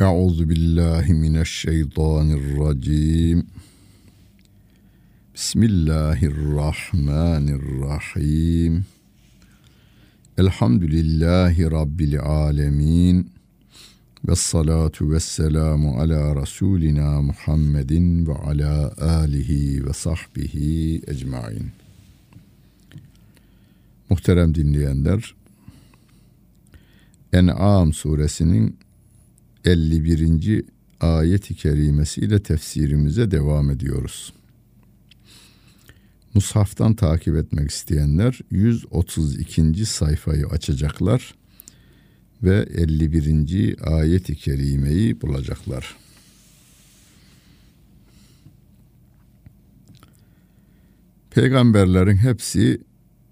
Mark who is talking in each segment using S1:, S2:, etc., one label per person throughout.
S1: Euzu billahi mineşşeytanirracim. Bismillahirrahmanirrahim. Elhamdülillahi Rabbil alemin. Vessalatu vesselamu ala Resulina Muhammedin ve ala alihi ve sahbihi ecmain. Muhterem dinleyenler, En'am suresinin 51. ayet-i kerimesiyle tefsirimize devam ediyoruz. Mushaftan takip etmek isteyenler 132. sayfayı açacaklar ve 51. ayet-i kerimeyi bulacaklar. Peygamberlerin hepsi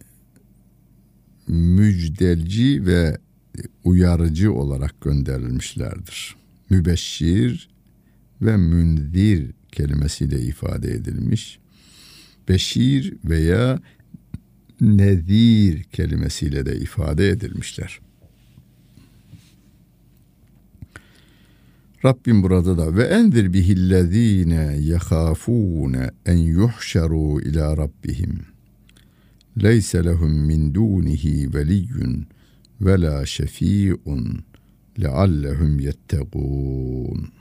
S1: müjdelci ve uyarıcı olarak gönderilmişlerdir. Mübeşşir ve münzir kelimesiyle ifade edilmiş. Beşir veya nezir kelimesiyle de ifade edilmişler. Rabbim burada da ve enzir bihillezine yahafune en yuhşaru ila rabbihim leyse lehum min dunihi veliyyun ve la şefi'un leallehum yettegûn.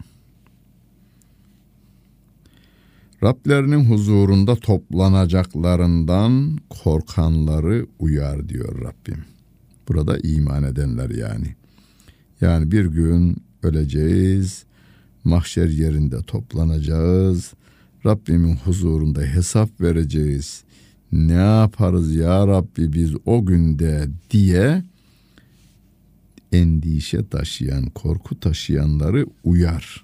S1: Rablerinin huzurunda toplanacaklarından korkanları uyar diyor Rabbim. Burada iman edenler yani. Yani bir gün öleceğiz, mahşer yerinde toplanacağız, Rabbimin huzurunda hesap vereceğiz. Ne yaparız ya Rabbi biz o günde diye endişe taşıyan, korku taşıyanları uyar.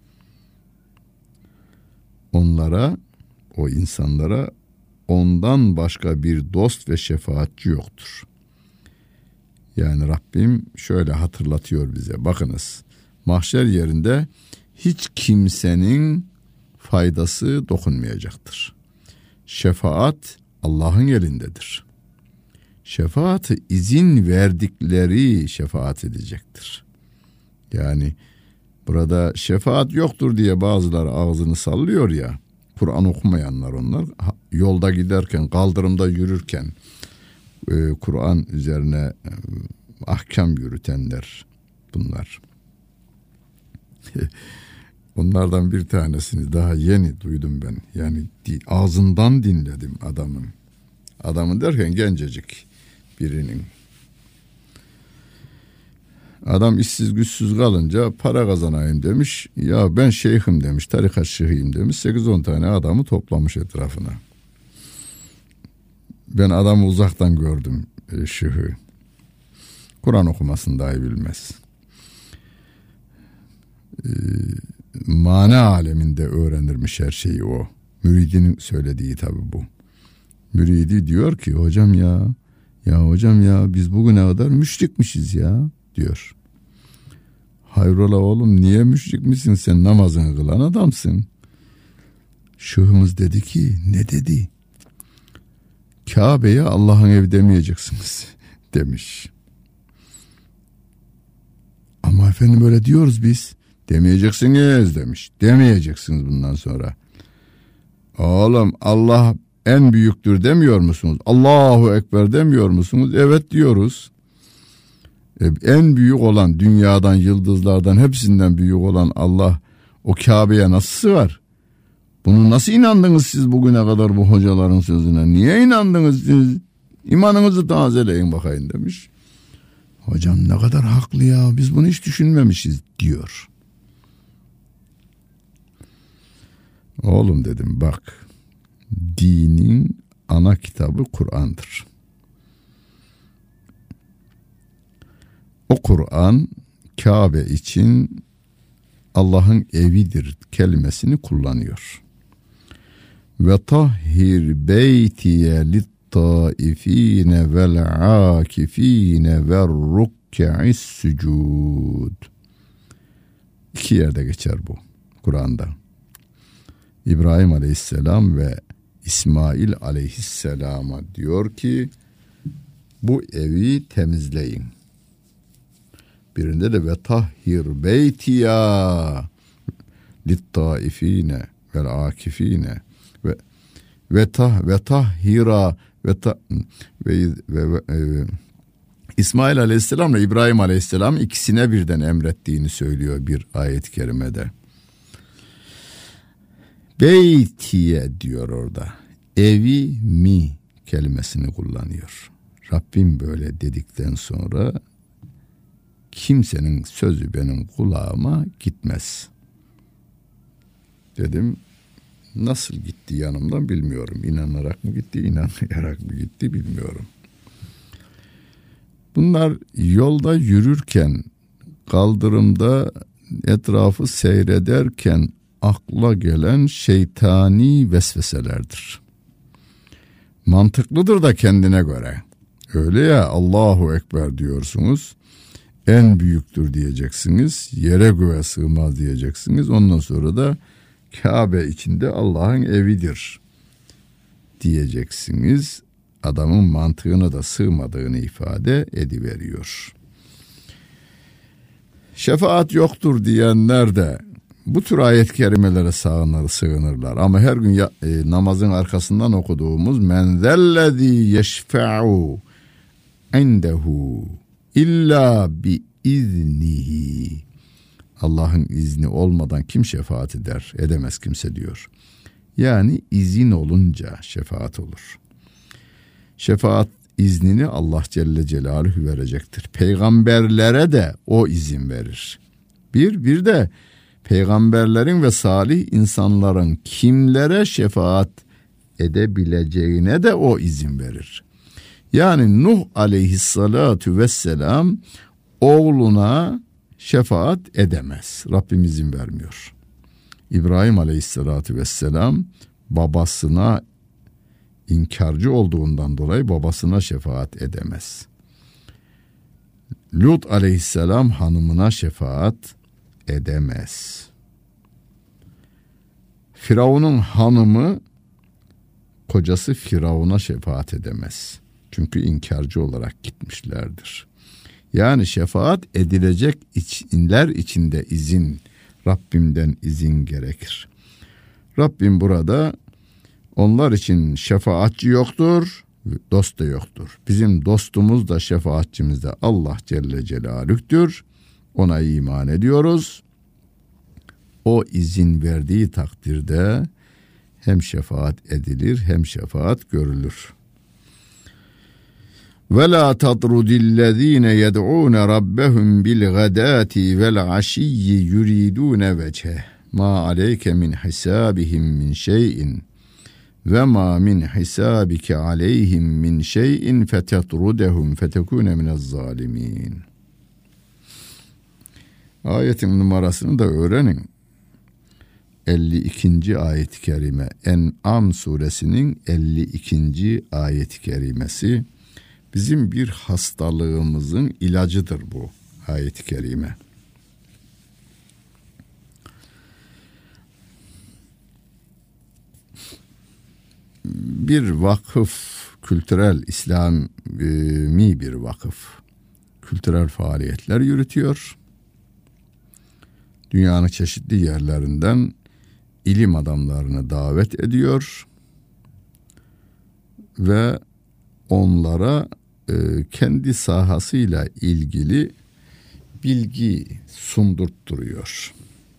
S1: Onlara, o insanlara ondan başka bir dost ve şefaatçi yoktur. Yani Rabbim şöyle hatırlatıyor bize. Bakınız, mahşer yerinde hiç kimsenin faydası dokunmayacaktır. Şefaat Allah'ın elindedir. Şefaatı izin verdikleri şefaat edecektir. Yani burada şefaat yoktur diye bazıları ağzını sallıyor ya, Kur'an okumayanlar onlar, yolda giderken, kaldırımda yürürken Kur'an üzerine ahkam yürütenler bunlar. Onlardan bir tanesini daha yeni duydum ben. Yani ağzından dinledim adamın. Adamın derken gencecik birinin. Adam işsiz güçsüz kalınca para kazanayım demiş. Ya ben şeyhim demiş, tarikat şeyhiyim demiş. 8-10 tane adamı toplamış etrafına. Ben adamı uzaktan gördüm, şeyhi. Kur'an okumasını dahi bilmez. Mana aleminde öğrenirmiş her şeyi o. Müridinin söylediği tabii bu. Müridi diyor ki hocam ya biz bugüne kadar müşrikmişiz ya diyor. Hayrola oğlum, niye müşrik misin, sen namazını kılan adamsın. Şeyhimiz dedi ki, ne dedi? Kabe'ye Allah'ın evi demeyeceksiniz demiş. Ama efendim öyle diyoruz biz. Demeyeceksiniz demiş. Demeyeceksiniz bundan sonra. Oğlum Allah en büyüktür demiyor musunuz? Allahu Ekber demiyor musunuz? Evet diyoruz. En büyük olan, dünyadan, yıldızlardan hepsinden büyük olan Allah o Kabe'ye nasıl sığar? Bunu nasıl inandınız siz bugüne kadar bu hocaların sözüne? Niye inandınız siz? İmanınızı tazeleyin bakayım demiş. Hocam ne kadar haklı ya, biz bunu hiç düşünmemişiz diyor. Oğlum dedim bak, dinin ana kitabı Kur'an'dır. O Kur'an Kabe için Allah'ın evidir kelimesini kullanıyor. Ve tahhir beytiye lit-taifine vel-akifine ver-rukke'is sucud. 2 yerde geçer bu Kur'an'da. İbrahim Aleyhisselam ve İsmail Aleyhisselam'a diyor ki bu evi temizleyin. Birinde de ve tahhir beytiya littaifine vel akifine ve tahhira İsmail Aleyhisselam ile İbrahim Aleyhisselam ikisine birden emrettiğini söylüyor bir ayet-i kerimede. Beytiye diyor orada. Evi mi kelimesini kullanıyor. Rabbim böyle dedikten sonra kimsenin sözü benim kulağıma gitmez. Dedim, nasıl gitti yanımdan bilmiyorum. İnanarak mı gitti, inanmayarak mı gitti bilmiyorum. Bunlar yolda yürürken, kaldırımda etrafı seyrederken akla gelen şeytani vesveselerdir. Mantıklıdır da kendine göre. Öyle ya, Allahu Ekber diyorsunuz, en büyüktür diyeceksiniz, yere göğe sığmaz diyeceksiniz. Ondan sonra da Kabe içinde Allah'ın evidir diyeceksiniz. Adamın mantığına da sığmadığını ifade ediveriyor. Şefaat yoktur diyenler de bu tür ayet-i kerimelere sığınırlar. Ama her gün namazın arkasından okuduğumuz men zellezî yeşfe'u indehu illa bi iznihi, Allah'ın izni olmadan kim şefaat eder? Edemez kimse diyor. Yani izin olunca şefaat olur. Şefaat iznini Allah Celle Celaluhu verecektir. Peygamberlere de o izin verir. Bir de peygamberlerin ve salih insanların kimlere şefaat edebileceğine de o izin verir. Yani Nuh aleyhissalatu vesselam oğluna şefaat edemez. Rabbim izin vermiyor. İbrahim aleyhissalatu vesselam babasına inkarcı olduğundan dolayı babasına şefaat edemez. Lut aleyhisselam hanımına şefaat edemez. Firavun'un hanımı kocası Firavun'a şefaat edemez. Çünkü inkarcı olarak gitmişlerdir. Yani şefaat edilecek içinler içinde izin, Rabbimden izin gerekir. Rabbim burada onlar için şefaatçi yoktur, dost da yoktur. Bizim dostumuz da şefaatçimiz de Allah Celle Celaluh'tür. Ona iman ediyoruz. O izin verdiği takdirde hem şefaat edilir hem şefaat görülür. Ve la tadrudillezine yed'ûne rabbehum bil gadâti vel aşiyyi yuridûne vecheh ma aleyke min hisâbihim min şey'in ve ma min hisâbike aleyhim min şey'in fetetrudehum fetekûne minez zâlimîn. Ayetin numarasını da öğrenin. 52. ayet-i kerime, En'am suresinin 52. ayet-i kerimesi. Bizim bir hastalığımızın ilacıdır bu ayet-i kerime. Bir vakıf, kültürel, İslami bir vakıf, kültürel faaliyetler yürütüyor. Dünyanın çeşitli yerlerinden ilim adamlarını davet ediyor ve onlara kendi sahasıyla ilgili bilgi sundurtturuyor.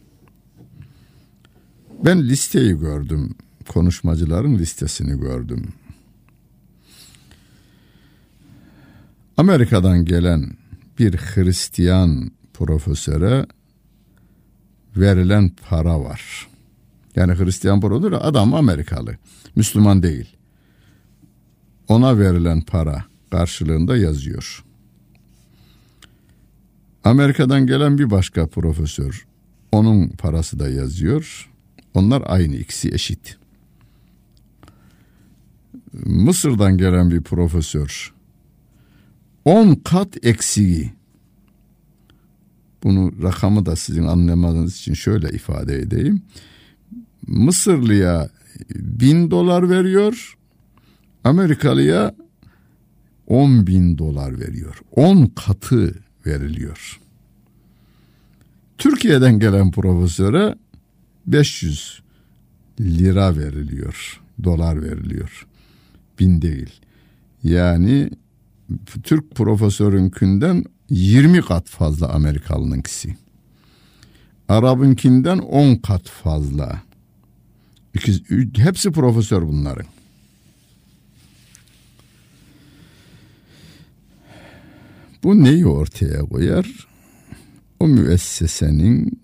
S1: Ben listeyi gördüm, konuşmacıların listesini gördüm. Amerika'dan gelen bir Hristiyan profesöre verilen para var. Yani Hristiyan profesör, adam Amerikalı, Müslüman değil. Ona verilen para karşılığında yazıyor. Amerika'dan gelen bir başka profesör, onun parası da yazıyor. Onlar aynı, ikisi eşit. Mısır'dan gelen bir profesör, 10 kat eksiği. Bunu, rakamı da sizin anlamanız için şöyle ifade edeyim. Mısırlıya $1000 veriyor, Amerikalıya $10.000 veriyor. 10 katı veriliyor. Türkiye'den gelen profesöre 500 lira veriliyor, dolar veriliyor. 1000 değil. Yani Türk profesörünkinden 20 kat fazla Amerikalınınkisi. Arap'ınkinden 10 kat fazla. Hepsi profesör bunların. Bu neyi ortaya koyar? O müessesenin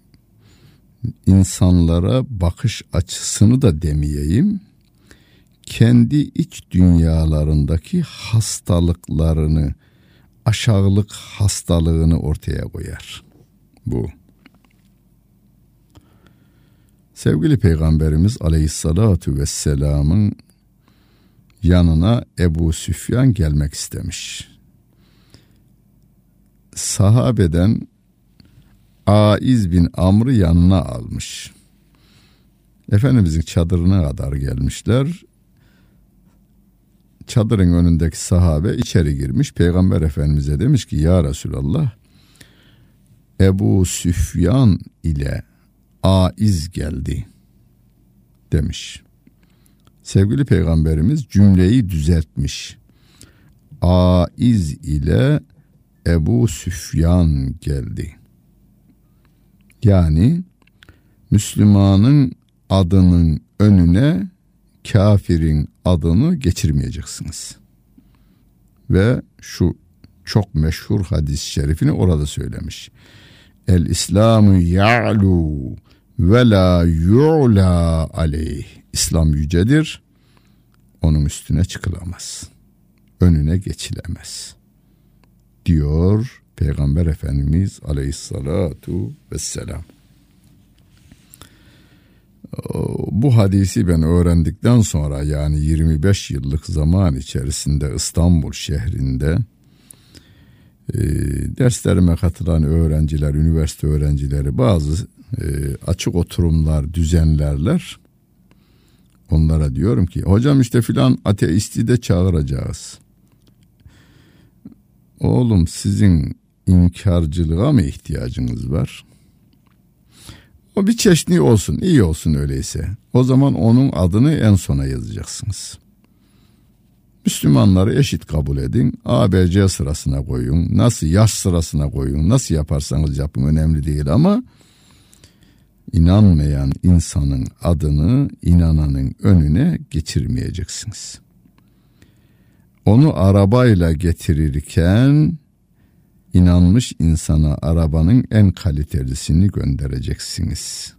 S1: insanlara bakış açısını da demeyeyim, kendi iç dünyalarındaki hastalıklarını, aşağılık hastalığını ortaya koyar. Bu. Sevgili Peygamberimiz Aleyhissalatu vesselam'ın yanına Ebu Süfyan gelmek istemiş. Sahabeden Aiz bin Amr'ı yanına almış. Efendimizin çadırına kadar gelmişler. Çadırın önündeki sahabe içeri girmiş. Peygamber Efendimiz'e demiş ki ya Resulallah, Ebu Süfyan ile Aiz geldi demiş. Sevgili Peygamberimiz cümleyi düzeltmiş. Aiz ile Ebu Süfyan geldi. Yani Müslümanın adının önüne kafirin adını geçirmeyeceksiniz. Ve şu çok meşhur hadis-i şerifini orada söylemiş. El İslamu ya'lu ve la yu'la aleyh. İslam yücedir. Onun üstüne çıkılamaz. Önüne geçilemez. Diyor Peygamber Efendimiz Aleyhissalatu vesselam. Bu hadisi ben öğrendikten sonra, yani 25 yıllık zaman içerisinde İstanbul şehrinde derslerime katılan öğrenciler, üniversite öğrencileri bazı açık oturumlar düzenlerler. Onlara diyorum ki hocam işte filan ateisti de çağıracağız. Oğlum sizin inkarcılığa mı ihtiyacınız var? O bir çeşni olsun, iyi olsun öyleyse. O zaman onun adını en sona yazacaksınız. Müslümanları eşit kabul edin. ABC sırasına koyun. Nasıl yaş sırasına koyun. Nasıl yaparsanız yapın, önemli değil ama inanmayan insanın adını inananın önüne geçirmeyeceksiniz. Onu arabayla getirirken inanmış insana arabanın en kalitelisini göndereceksiniz.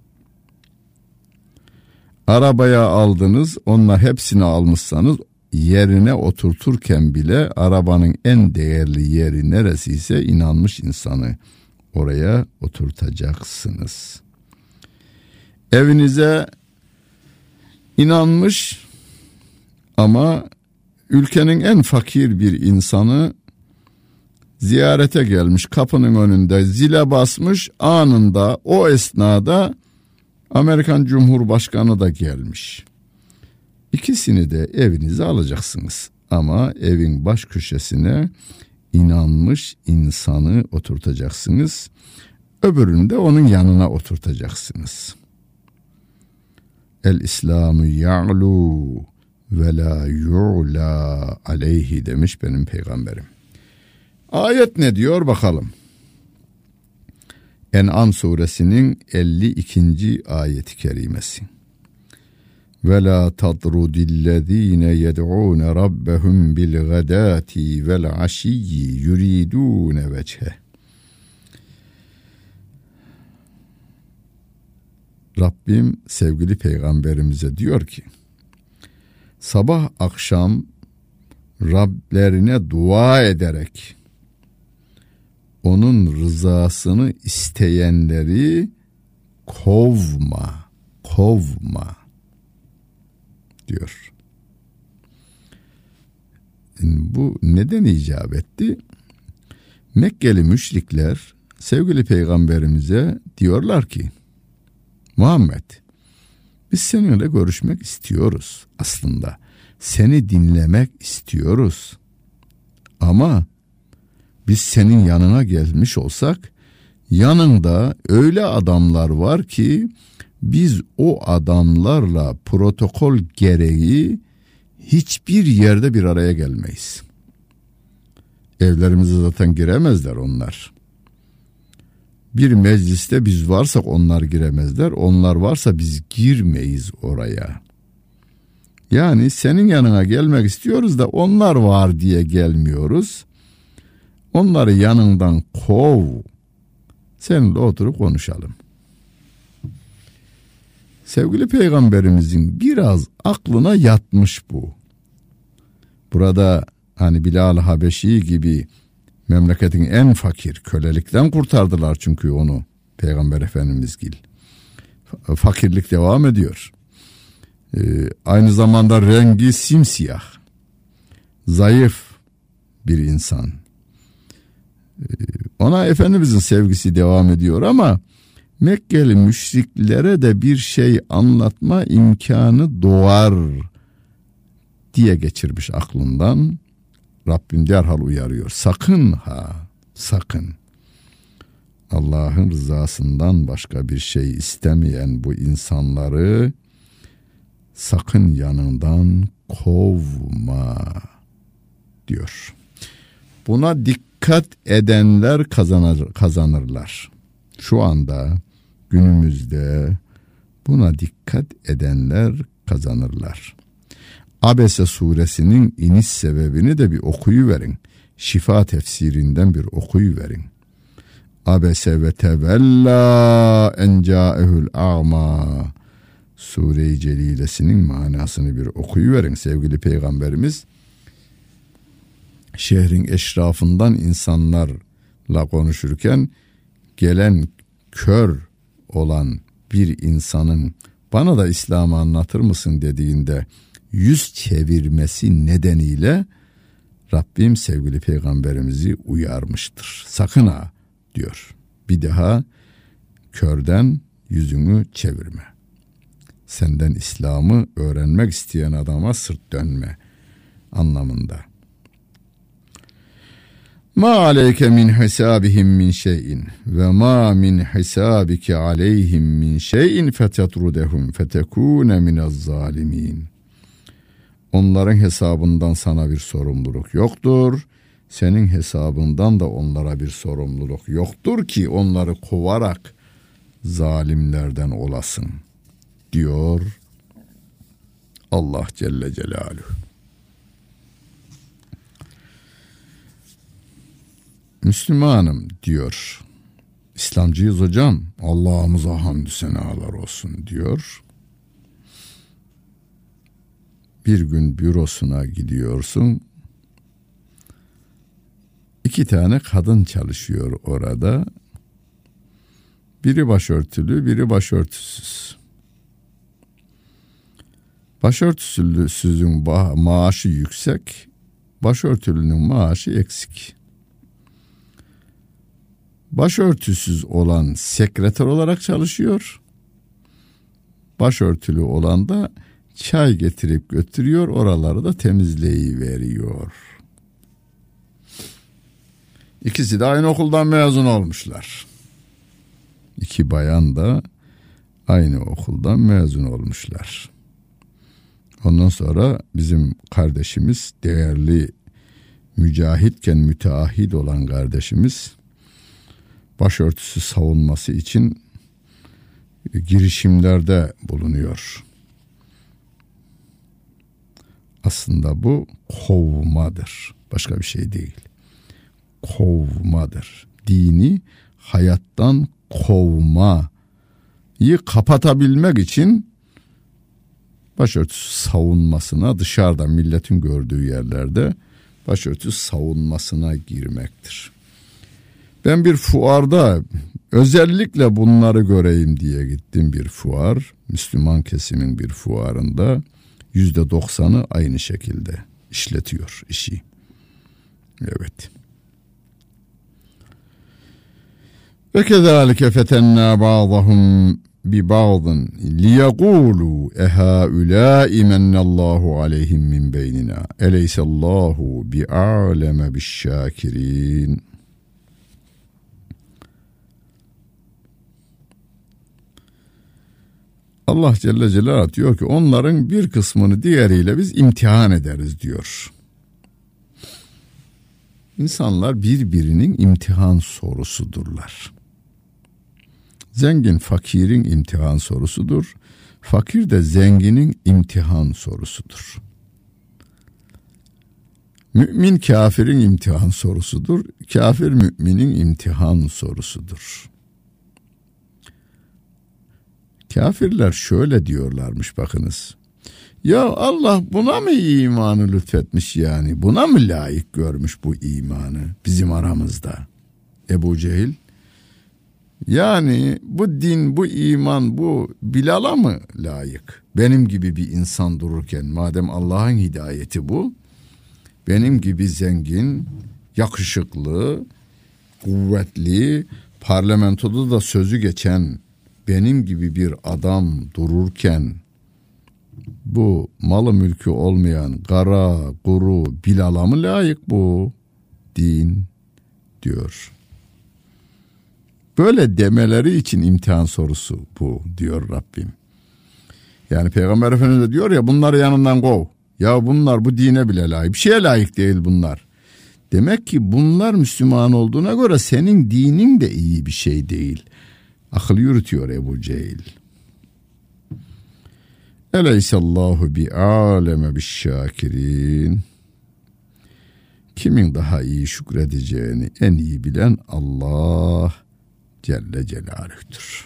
S1: Arabaya aldınız, onunla hepsini almışsanız yerine oturturken bile arabanın en değerli yeri neresiyse inanmış insanı oraya oturtacaksınız. Evinize inanmış ama ülkenin en fakir bir insanı ziyarete gelmiş, kapının önünde zile basmış, anında o esnada Amerikan Cumhurbaşkanı da gelmiş. İkisini de evinize alacaksınız ama evin baş köşesine inanmış insanı oturtacaksınız. Öbürünü de onun yanına oturtacaksınız. El İslamu ya'lu ve la yu'la aleyhi demiş benim peygamberim. Ayet ne diyor bakalım. En'am suresinin 52. ayeti kerimesi. Ve la tadrudillezine yed'ûne rabbehum bil gadâti vel aşiyyi yuridûne veçhe. Rabbim sevgili peygamberimize diyor ki, sabah akşam Rablerine dua ederek onun rızasını isteyenleri kovma diyor. Bu neden icap etti? Mekkeli müşrikler sevgili peygamberimize diyorlar ki, Muhammed, biz seninle görüşmek istiyoruz aslında. Seni dinlemek istiyoruz. Ama biz senin yanına gelmiş olsak yanında öyle adamlar var ki biz o adamlarla protokol gereği hiçbir yerde bir araya gelmeyiz. Evlerimize zaten giremezler onlar. Bir mecliste biz varsak onlar giremezler. Onlar varsa biz girmeyiz oraya. Yani senin yanına gelmek istiyoruz da onlar var diye gelmiyoruz. Onları yanından kov. Seninle oturup konuşalım. Sevgili Peygamberimizin biraz aklına yatmış bu. Burada hani Bilal Habeşi gibi memleketin en fakir, kölelikten kurtardılar çünkü onu Peygamber Efendimiz gibi. Fakirlik devam ediyor. Aynı zamanda rengi simsiyah, zayıf bir insan. Ona Efendimizin sevgisi devam ediyor ama Mekkeli müşriklere de bir şey anlatma imkanı doğar diye geçirmiş aklından. Rabbim derhal uyarıyor. Sakın ha, sakın. Allah'ın rızasından başka bir şey istemeyen bu insanları sakın yanından kovma diyor. Buna dikkat edenler kazanırlar. Şu anda günümüzde buna dikkat edenler kazanırlar. Abese suresinin iniş sebebini de bir okuyuverin. Şifa tefsirinden bir okuyuverin. Abese ve tevella en câehul a'ma. Sure-i Celilesinin manasını bir okuyuverin sevgili Peygamberimiz. Şehrin eşrafından insanlarla konuşurken gelen kör olan bir insanın bana da İslam'ı anlatır mısın dediğinde yüz çevirmesi nedeniyle Rabbim sevgili Peygamberimizi uyarmıştır. Sakın ha diyor. Bir daha körden yüzünü çevirme. Senden İslam'ı öğrenmek isteyen adama sırt dönme anlamında. Ma aleyke min hesabihim min şeyin ve ma min hesabike aleyhim min şeyin fetetrudehum fetekune minez zalimin. Onların hesabından sana bir sorumluluk yoktur. Senin hesabından da onlara bir sorumluluk yoktur ki onları kovarak zalimlerden olasın diyor Allah Celle Celaluhu. Müslümanım diyor. İslamcıyız hocam. Allah'ımıza hamdü senalar olsun diyor. Bir gün bürosuna gidiyorsun. 2 tane kadın çalışıyor orada. Biri başörtülü, biri başörtüsüz. Başörtüsüzün maaşı yüksek, başörtülünün maaşı eksik. Başörtüsüz olan sekreter olarak çalışıyor. Başörtülü olan da çay getirip götürüyor, oraları da temizleyiveriyor. İkisi de aynı okuldan mezun olmuşlar. 2 bayan da aynı okuldan mezun olmuşlar. Ondan sonra bizim kardeşimiz, değerli mücahitken müteahhit olan kardeşimiz, başörtüsü savunması için girişimlerde bulunuyor. Aslında bu kovmadır. Başka bir şey değil. Kovmadır. Dini hayattan kovmayı kapatabilmek için başörtüsü savunmasına, dışarıda milletin gördüğü yerlerde başörtüsü savunmasına girmektir. Ben bir fuarda özellikle bunları göreyim diye gittim, bir fuar. Müslüman kesimin bir fuarında %90'ı aynı şekilde işletiyor işi. Evet. Ve kezalike fetenna ba'dahum bi ba'din liyekulu ehaulâi mennallahu aleyhim min beynina eleysallahu bi'aleme bi'şşâkirîn. Allah Celle Celaluhu diyor ki onların bir kısmını diğeriyle biz imtihan ederiz diyor. İnsanlar birbirinin imtihan sorusudurlar. Zengin fakirin imtihan sorusudur. Fakir de zenginin imtihan sorusudur. Mümin kafirin imtihan sorusudur. Kafir müminin imtihan sorusudur. Kafirler şöyle diyorlarmış bakınız. Ya Allah buna mı imanı lütfetmiş yani? Buna mı layık görmüş bu imanı bizim aramızda? Ebu Cehil. Yani bu din, bu iman, bu Bilal'a mı layık? Benim gibi bir insan dururken madem Allah'ın hidayeti bu, benim gibi zengin, yakışıklı, kuvvetli, parlamentoda da sözü geçen benim gibi bir adam dururken bu malı mülkü olmayan kara, kuru Bilal'a mı layık bu din diyor. Böyle demeleri için imtihan sorusu bu diyor Rabbim. Yani Peygamber Efendimiz de diyor ya bunları yanından kov. Ya bunlar bu dine bile layık. Bir şeye layık değil bunlar. Demek ki bunlar Müslüman olduğuna göre senin dinin de iyi bir şey değil. Akıl yürütüyor Ebu Cehil. Eleysallahu bi aleme bi'şşakirin. Kimin daha iyi şükredeceğini en iyi bilen Allah Celle Celaluh'tür.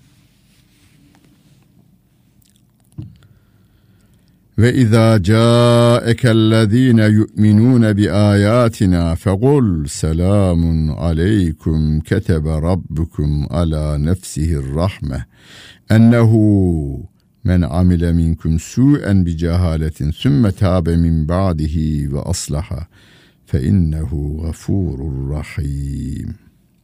S1: Ve izâ câekellezîne yu'minûne bi âyâtinâ fekul selâmun aleykum ketebe rabbukum alâ nefsihir-rahme ennehu men amile minkum su'en bi cehâletin sümme tâbe min ba'dihi ve aslaha fe innehu gafûrur rahîm.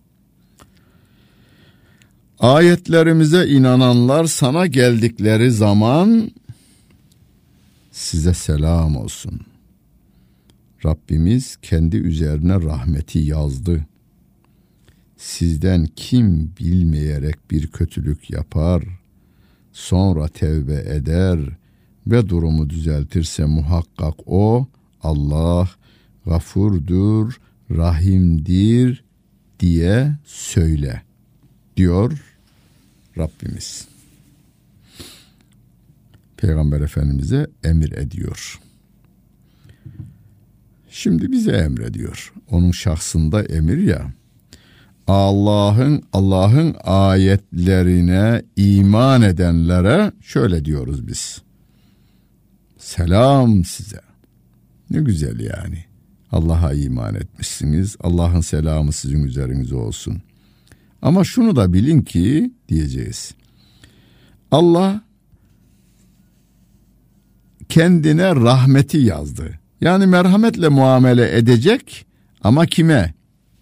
S1: Ayetlerimize inananlar sana geldikleri zaman size selam olsun. Rabbimiz kendi üzerine rahmeti yazdı. Sizden kim bilmeyerek bir kötülük yapar, sonra tevbe eder ve durumu düzeltirse muhakkak o Allah gafurdur, rahimdir diye söyle diyor Rabbimiz. Peygamber Efendimiz'e emir ediyor. Şimdi bize emrediyor. Onun şahsında emir ya. Allah'ın ayetlerine iman edenlere şöyle diyoruz biz. Selam size. Ne güzel yani. Allah'a iman etmişsiniz. Allah'ın selamı sizin üzerinize olsun. Ama şunu da bilin ki diyeceğiz. Allah kendine rahmeti yazdı. Yani merhametle muamele edecek ama kime?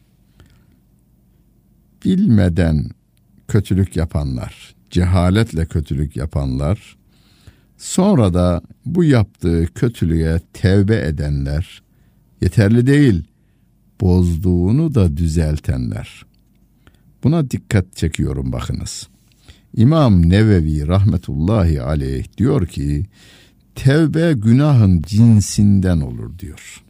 S1: Bilmeden kötülük yapanlar, cehaletle kötülük yapanlar, sonra da bu yaptığı kötülüğe tevbe edenler, yeterli değil, bozduğunu da düzeltenler. Buna dikkat çekiyorum bakınız. İmam Nevevi rahmetullahi aleyh diyor ki, tevbe günahın cinsinden olur diyor.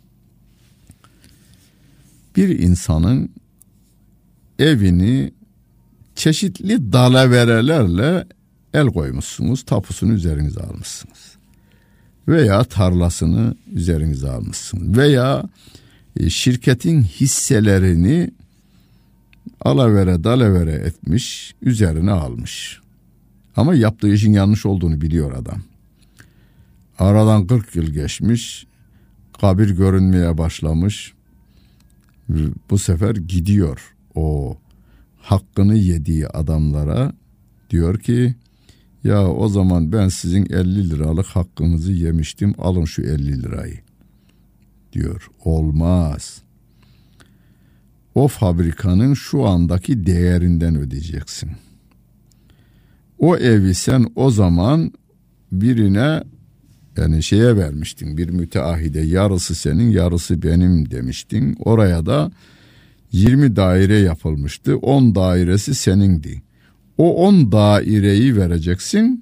S1: Bir insanın evini çeşitli dalaverelerle el koymuşsunuz, tapusunu üzerinize almışsınız. Veya tarlasını üzerinize almışsınız. Veya şirketin hisselerini alavere dalavere etmiş, üzerine almış. Ama yaptığı işin yanlış olduğunu biliyor adam. Aradan 40 yıl geçmiş, kabir görünmeye başlamış. Bu sefer gidiyor o hakkını yediği adamlara, diyor ki ya o zaman ben sizin 50 liralık hakkınızı yemiştim, alın şu 50 lirayı diyor. Olmaz. O fabrikanın şu andaki değerinden ödeyeceksin. O evi sen o zaman birine, yani şeye vermiştin, bir müteahhide, yarısı senin yarısı benim demiştin. Oraya da 20 daire yapılmıştı, 10 dairesi senindi. O 10 daireyi vereceksin.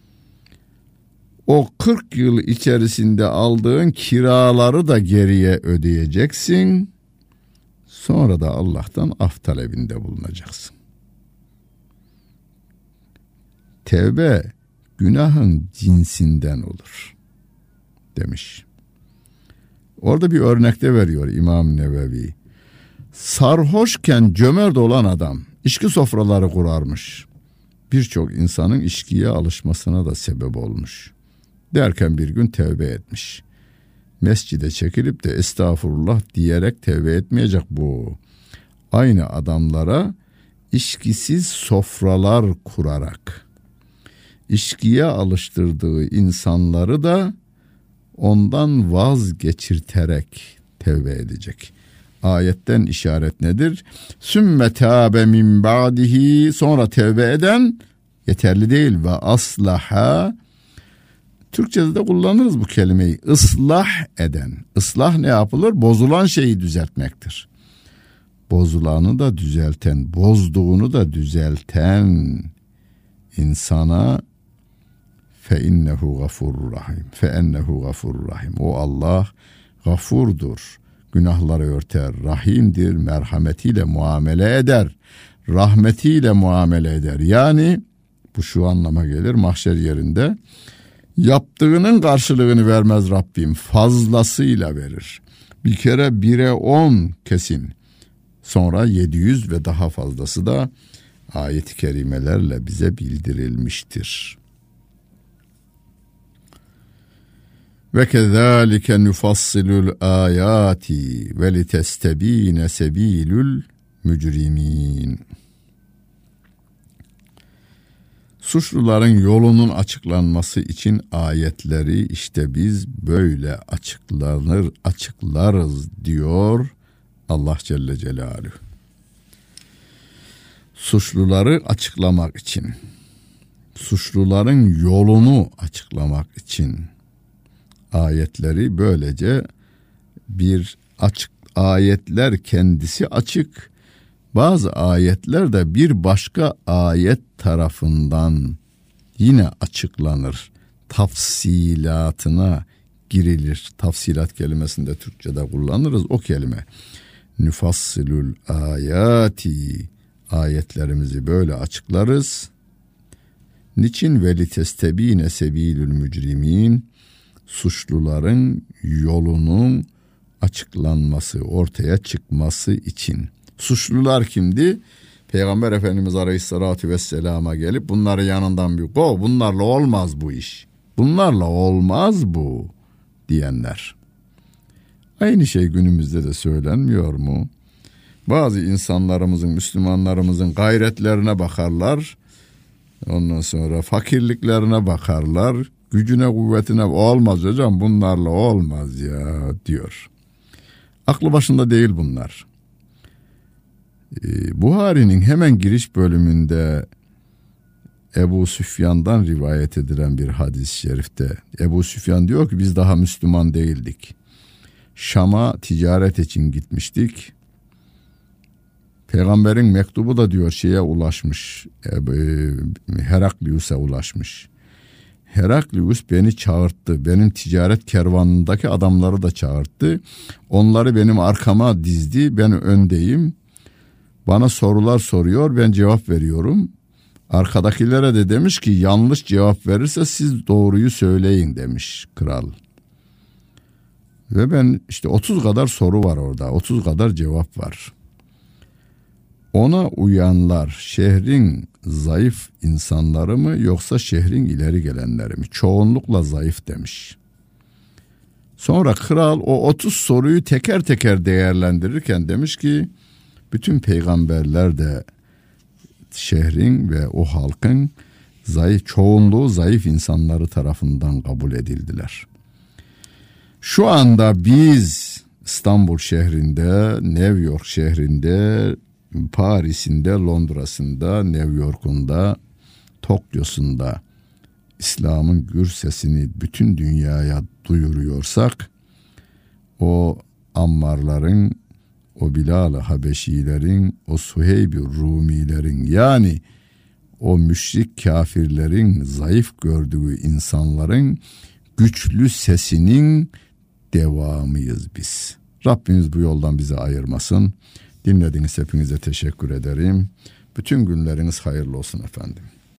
S1: O 40 yıl içerisinde aldığın kiraları da geriye ödeyeceksin. Sonra da Allah'tan af talebinde bulunacaksın. Tevbe günahın cinsinden olur demiş. Orada bir örnekte veriyor İmam Nevevi. Sarhoşken cömert olan adam içki sofraları kurarmış. Birçok insanın içkiye alışmasına da sebep olmuş. Derken bir gün tevbe etmiş. Mescide çekilip de estağfurullah diyerek tevbe etmeyecek bu. Aynı adamlara içkisiz sofralar kurarak, içkiye alıştırdığı insanları da ondan vazgeçirterek tevbe edecek. Ayetten işaret nedir? Sümme tâbe min ba'dihi, sonra tevbe eden yeterli değil ve aslaha. Türkçe'de de kullanırız bu kelimeyi. Islah eden. Islah ne yapılır? Bozulan şeyi düzeltmektir. Bozulanı da düzelten, bozduğunu da düzelten insana feinnehu gafurur rahim. Feinnehu gafurur rahim. O Allah gafurdur. Günahları örter, rahimdir, merhametiyle muamele eder, rahmetiyle muamele eder. Yani bu şu anlama gelir, mahşer yerinde yaptığının karşılığını vermez Rabbim, fazlasıyla verir. Bir kere 1'e 10 kesin, sonra 700 ve daha fazlası da ayet-i kerimelerle bize bildirilmiştir. Ve kezalike nufassilul ayati ve litestebine sebilul mücrimin. Suçluların yolunun açıklanması için ayetleri işte biz böyle açıklarız diyor Allah Celle Celaluhu. Suçluları açıklamak için, suçluların yolunu açıklamak için ayetleri böylece bir açık, ayetler kendisi açık, bazı ayetler de bir başka ayet tarafından yine açıklanır, tafsilatına girilir. Tafsilat kelimesini de Türkçe'de kullanırız, o kelime. Nufassilul ayati, ayetlerimizi böyle açıklarız. Niçin? Velitestebine sebilül mücrimin, suçluların yolunun açıklanması, ortaya çıkması için. Suçlular kimdi? Peygamber Efendimiz Aleyhisselatü Vesselam'a gelip bunları yanından bir kov, bunlarla olmaz bu iş, bunlarla olmaz bu diyenler. Aynı şey günümüzde de söylenmiyor mu? Bazı insanlarımızın, Müslümanlarımızın gayretlerine bakarlar, ondan sonra fakirliklerine bakarlar, gücüne kuvvetine, olmaz hocam bunlarla olmaz ya diyor. Aklı başında değil bunlar. Buhari'nin hemen giriş bölümünde Ebu Süfyan'dan rivayet edilen bir hadis-i şerifte Ebu Süfyan diyor ki biz daha Müslüman değildik. Şam'a ticaret için gitmiştik. Peygamberin mektubu da diyor şeye ulaşmış, Heraklius'a ulaşmış. Heraklius beni çağırttı. Benim ticaret kervanındaki adamları da çağırttı. Onları benim arkama dizdi. Ben öndeyim. Bana sorular soruyor. Ben cevap veriyorum. Arkadakilere de demiş ki yanlış cevap verirse siz doğruyu söyleyin demiş kral. Ve ben işte 30 kadar soru var orada. 30 kadar cevap var. Ona uyanlar şehrin zayıf insanları mı yoksa şehrin ileri gelenleri mi? Çoğunlukla zayıf demiş. Sonra kral o 30 soruyu teker teker değerlendirirken demiş ki bütün peygamberler de şehrin ve o halkın çoğunluğu zayıf insanları tarafından kabul edildiler. Şu anda biz İstanbul şehrinde, New York şehrinde, Paris'inde, Londra'sında, New York'unda, Tokyo'sunda İslam'ın gür sesini bütün dünyaya duyuruyorsak, o Ammarların, o Bilal-i Habeşilerin, o Suheyb-i Rumilerin, yani o müşrik kafirlerin, zayıf gördüğü insanların güçlü sesinin devamıyız biz. Rabbimiz bu yoldan bizi ayırmasın. Dinlediğiniz hepinize teşekkür ederim. Bütün günleriniz hayırlı olsun efendim.